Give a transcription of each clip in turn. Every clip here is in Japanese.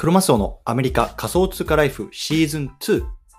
クロマスオのアメリカ仮想通貨ライフシーズン2。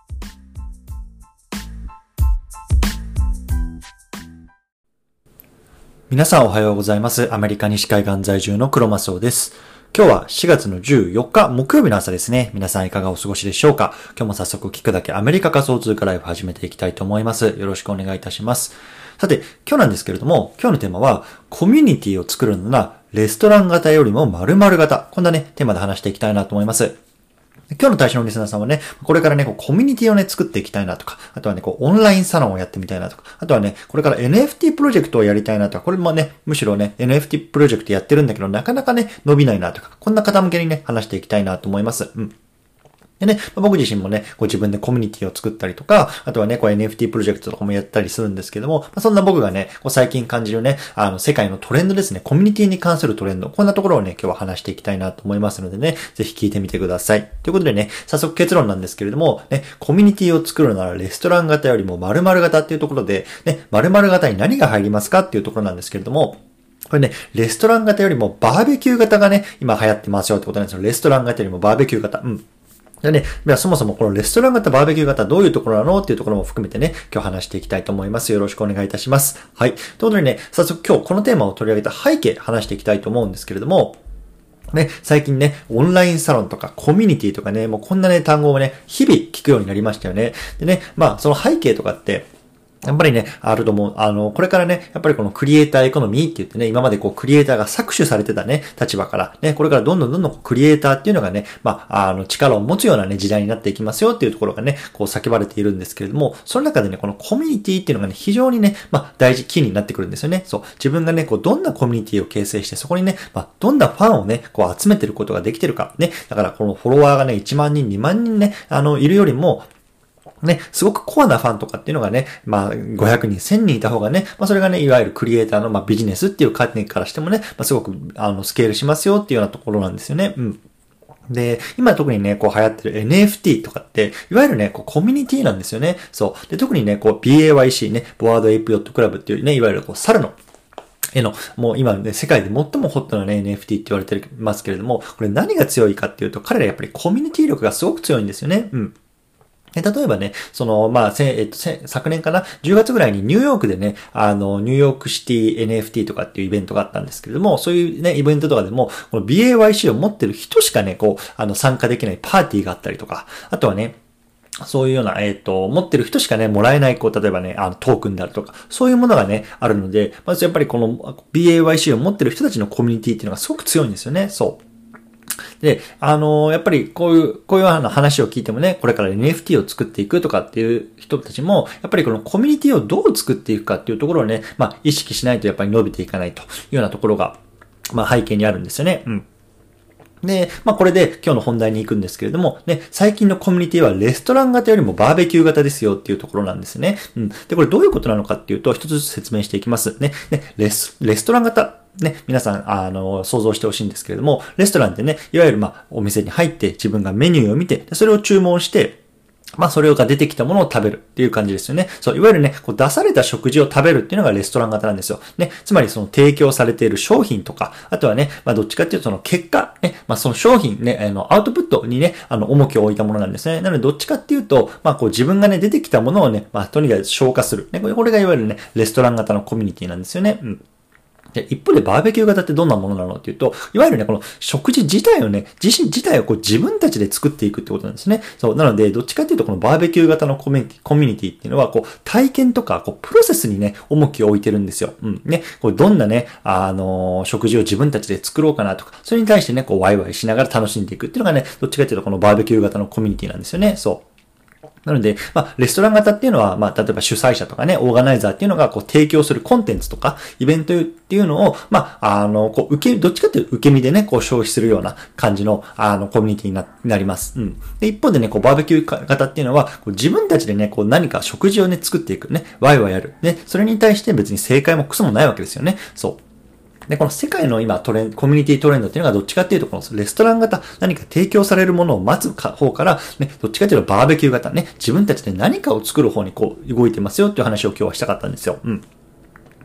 皆さんおはようございます。アメリカ西海岸在住のクロマスオです。今日は4月の14日木曜日の朝ですね。皆さんいかがお過ごしでしょうか。今日も早速聞くだけアメリカ仮想通貨ライフ始めていきたいと思います。よろしくお願いいたします。さて、今日なんですけれども、今日のテーマはコミュニティを作るのならレストラン型よりも〇〇型。こんなね、テーマで話していきたいなと思います。今日の対象のリスナーさんはね、これからね、コミュニティをね、作っていきたいなとか、あとはね、オンラインサロンをやってみたいなとか、あとはね、これから NFT プロジェクトをやりたいなとか、これもね、むしろね、NFT プロジェクトやってるんだけど、なかなかね、伸びないなとか、こんな方向けにね、話していきたいなと思います。でね、僕自身もね、自分でコミュニティを作ったりとか、あとはね、NFT プロジェクトとかもやったりするんですけども、そんな僕がね、最近感じるね、世界のトレンドですね、コミュニティに関するトレンド、こんなところをね、今日は話していきたいなと思いますのでね、ぜひ聞いてみてください。ということでね、早速結論なんですけれども、ね、コミュニティを作るならレストラン型よりも〇〇型っていうところで、ね、〇〇型に何が入りますかっていうところなんですけれども、これね、レストラン型よりもバーベキュー型がね、今流行ってますよってことなんですよ。レストラン型よりもバーベキュー型。でね、そもそもこのレストラン型、バーベキュー型どういうところなのっていうところも含めてね、今日話していきたいと思います。よろしくお願いいたします。はい。ということでね、早速今日このテーマを取り上げた背景話していきたいと思うんですけれども、ね、最近ね、オンラインサロンとかコミュニティとかね、もうこんなね、単語をね、日々聞くようになりましたよね。でね、その背景とかって、やっぱりね、あると思う。これからね、やっぱりこのクリエイターエコノミーって言ってね、今までクリエイターが搾取されてたね、立場から、ね、これからどんどんクリエイターっていうのがね、力を持つようなね、時代になっていきますよっていうところがね、叫ばれているんですけれども、その中でね、このコミュニティっていうのがね、非常にね、大事、キーになってくるんですよね。そう。自分がね、どんなコミュニティを形成して、そこにね、どんなファンをね、集めてることができてるか。ね。だからこのフォロワーがね、1万人、2万人ね、いるよりも、ね、すごくコアなファンとかっていうのがね、500人、1000人いた方がね、それがね、いわゆるクリエイターのビジネスっていう観点からしてもね、すごくスケールしますよっていうようなところなんですよね。で、今特にね、流行ってる NFT とかって、いわゆるね、コミュニティなんですよね。そう。で、特にね、BAYC ね、ボワードエイプヨットクラブっていうね、いわゆる猿の絵の、もう今ね、世界で最もホットなね、NFT って言われてますけれども、これ何が強いかっていうと、彼らやっぱりコミュニティ力がすごく強いんですよね。例えばね、昨年かな、10月ぐらいにニューヨークでね、ニューヨークシティ NFT とかっていうイベントがあったんですけれども、そういうね、イベントとかでも、この BAYC を持ってる人しかね、参加できないパーティーがあったりとか、あとはね、そういうような、持ってる人しかね、もらえない、例えばね、トークンであるとか、そういうものがね、あるので、まずやっぱりこの BAYC を持ってる人たちのコミュニティっていうのがすごく強いんですよね、そう。で、やっぱりこういう話を聞いてもね、これから NFT を作っていくとかっていう人たちも、やっぱりこのコミュニティをどう作っていくかっていうところをね、意識しないとやっぱり伸びていかないというようなところが、背景にあるんですよね。で、これで今日の本題に行くんですけれども、ね、最近のコミュニティはレストラン型よりもバーベキュー型ですよっていうところなんですね。で、これどういうことなのかっていうと、一つずつ説明していきます。ね、レストラン型。ね、皆さん、想像してほしいんですけれども、レストランってね、いわゆるお店に入って自分がメニューを見て、それを注文して、それが出てきたものを食べるっていう感じですよね。そう、いわゆるね、出された食事を食べるっていうのがレストラン型なんですよ。ね、つまりその提供されている商品とか、あとはね、どっちかっていうとその結果、ね、その商品ね、アウトプットにね、重きを置いたものなんですね。なのでどっちかっていうと、自分がね、出てきたものをね、とにかく消化する。ね、これがいわゆるね、レストラン型のコミュニティなんですよね。で、一方でバーベキュー型ってどんなものなのっていうと、いわゆるね、この食事自体をね、自体を自分たちで作っていくってことなんですね。そう。なので、どっちかっていうと、このバーベキュー型のコミュニティっていうのは、体験とか、プロセスにね、重きを置いてるんですよ。ね。どんなね、食事を自分たちで作ろうかなとか、それに対してね、ワイワイしながら楽しんでいくっていうのがね、どっちかっていうと、このバーベキュー型のコミュニティなんですよね。そう。なので、レストラン型っていうのは、例えば主催者とかね、オーガナイザーっていうのが、提供するコンテンツとか、イベントっていうのを、どっちかっていうと受け身でね、消費するような感じの、コミュニティになります。で、一方でね、バーベキュー型っていうのは、自分たちでね、何か食事をね、作っていくね、ワイワイやる。ね、それに対して別に正解もクソもないわけですよね。そう。で、この世界の今コミュニティトレンドっていうのがどっちかっていうと、このレストラン型、何か提供されるものを待つ方から、ね、どっちかっていうとバーベキュー型、ね、自分たちで何かを作る方に動いてますよっていう話を今日はしたかったんですよ。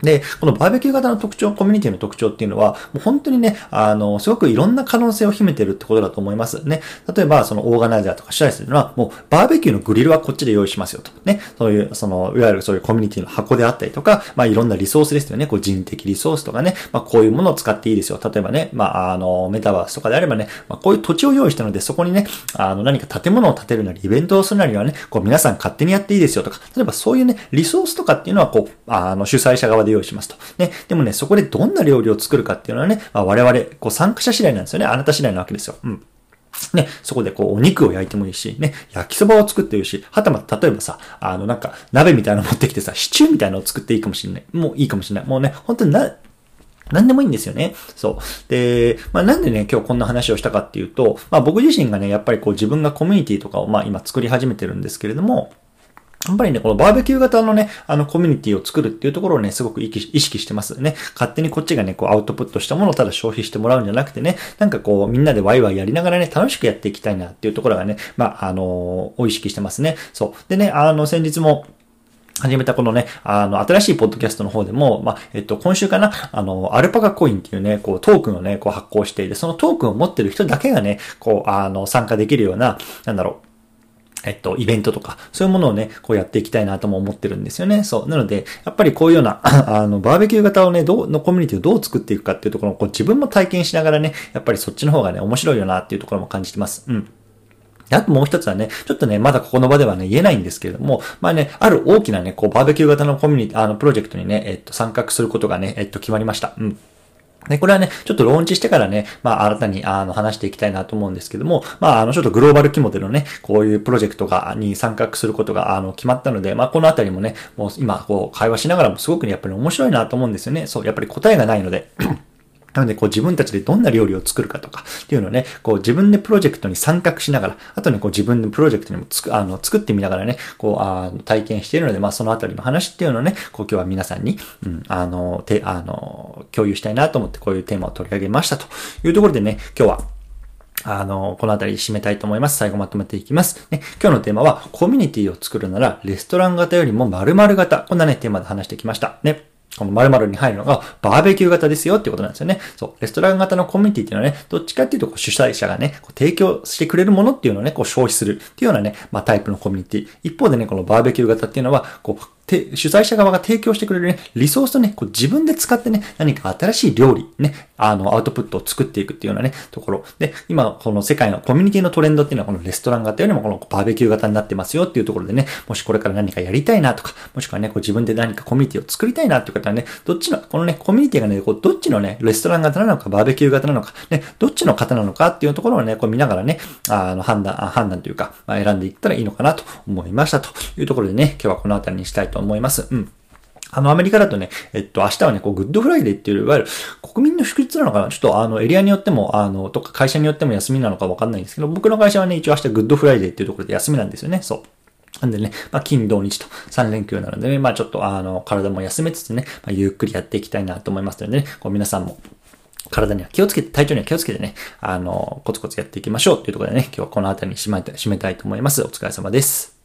で、このバーベキュー型の特徴、コミュニティの特徴っていうのは、もう本当にね、すごくいろんな可能性を秘めてるってことだと思いますね。例えば、そのオーガナイザーとか主催するのは、もうバーベキューのグリルはこっちで用意しますよと。ね。そういう、いわゆるそういうコミュニティの箱であったりとか、いろんなリソースですよね。人的リソースとかね。こういうものを使っていいですよ。例えばね、メタバースとかであればね、こういう土地を用意したので、そこにね、何か建物を建てるなり、イベントをするなりはね、皆さん勝手にやっていいですよとか、例えばそういうね、リソースとかっていうのは、主催者側で用意しますと。ね。でもね、そこでどんな料理を作るかっていうのはね、我々、参加者次第なんですよね。あなた次第なわけですよ。ね、そこでお肉を焼いてもいいし、ね、焼きそばを作っていいし、はたまた例えばさ、鍋みたいなの持ってきてさ、シチューみたいなのを作っていいかもしれない。もういいかもしれない。もうね、本当になんでもいいんですよね。そう。で、なんでね、今日こんな話をしたかっていうと、僕自身がね、やっぱり自分がコミュニティとかを今作り始めてるんですけれども、やっぱりね、このバーベキュー型のね、コミュニティを作るっていうところをね、すごく意識してますね。勝手にこっちがね、アウトプットしたものをただ消費してもらうんじゃなくてね、みんなでワイワイやりながらね、楽しくやっていきたいなっていうところがね、を意識してますね。そう。でね、先日も、始めたこのね、新しいポッドキャストの方でも、今週かな、アルパカコインっていうね、トークンをね、発行していて、そのトークンを持ってる人だけがね、参加できるような、イベントとか、そういうものをね、やっていきたいなとも思ってるんですよね。そう。なので、やっぱりこういうような、バーベキュー型をね、のコミュニティをどう作っていくかっていうところを、自分も体験しながらね、やっぱりそっちの方がね、面白いよなっていうところも感じてます。あともう一つはね、ちょっとね、まだここの場ではね、言えないんですけれども、ある大きなね、バーベキュー型のコミュニティ、プロジェクトにね、参画することがね、決まりました。で、これはね、ちょっとローンチしてからね、新たに、話していきたいなと思うんですけども、ちょっとグローバル規模でのね、こういうプロジェクトに参画することが、決まったので、このあたりもね、もう今、会話しながらもすごくね、やっぱり面白いなと思うんですよね。そう、やっぱり答えがないので。なので、自分たちでどんな料理を作るかとかっていうのをね、自分でプロジェクトに参画しながら、あとね、自分でプロジェクトにも作ってみながらね、体験しているので、そのあたりの話っていうのをね、今日は皆さんに、共有したいなと思ってこういうテーマを取り上げましたというところでね、今日は、このあたり締めたいと思います。最後まとめていきます。ね、今日のテーマは、コミュニティを作るなら、レストラン型よりも〇〇型。こんなね、テーマで話してきました。ね。この〇〇に入るのがバーベキュー型ですよっていうことなんですよね。そう。レストラン型のコミュニティっていうのはね、どっちかっていうと主催者がね、提供してくれるものっていうのをね、消費するっていうようなね、タイプのコミュニティ。一方でね、このバーベキュー型っていうのは、主催者側が提供してくれるね、リソースとね、自分で使ってね、何か新しい料理、ね、アウトプットを作っていくっていうようなね、ところ。で、今、この世界のコミュニティのトレンドっていうのは、このレストラン型よりもこのバーベキュー型になってますよっていうところでね、もしこれから何かやりたいなとか、もしくはね、自分で何かコミュニティを作りたいなっていう方はね、このね、コミュニティがね、どっちのね、レストラン型なのか、バーベキュー型なのか、ね、どっちの方なのかっていうところをね、見ながらね、判断というか、選んでいったらいいのかなと思いましたというところでね、今日はこのあたりにしたいと思います。アメリカだとね、明日はね、グッドフライデーっていう、いわゆる国民の祝日なのかな、ちょっとエリアによっても、とか会社によっても休みなのかわかんないんですけど、僕の会社はね、一応明日グッドフライデーっていうところで休みなんですよね、そう。なんでね、金土日と3連休なのでね、ちょっと体も休めつつね、ゆっくりやっていきたいなと思いますのでね、皆さんも体には気をつけて、体調には気をつけてね、コツコツやっていきましょうっていうところでね、今日はこの辺りに締めたいと思います。お疲れ様です。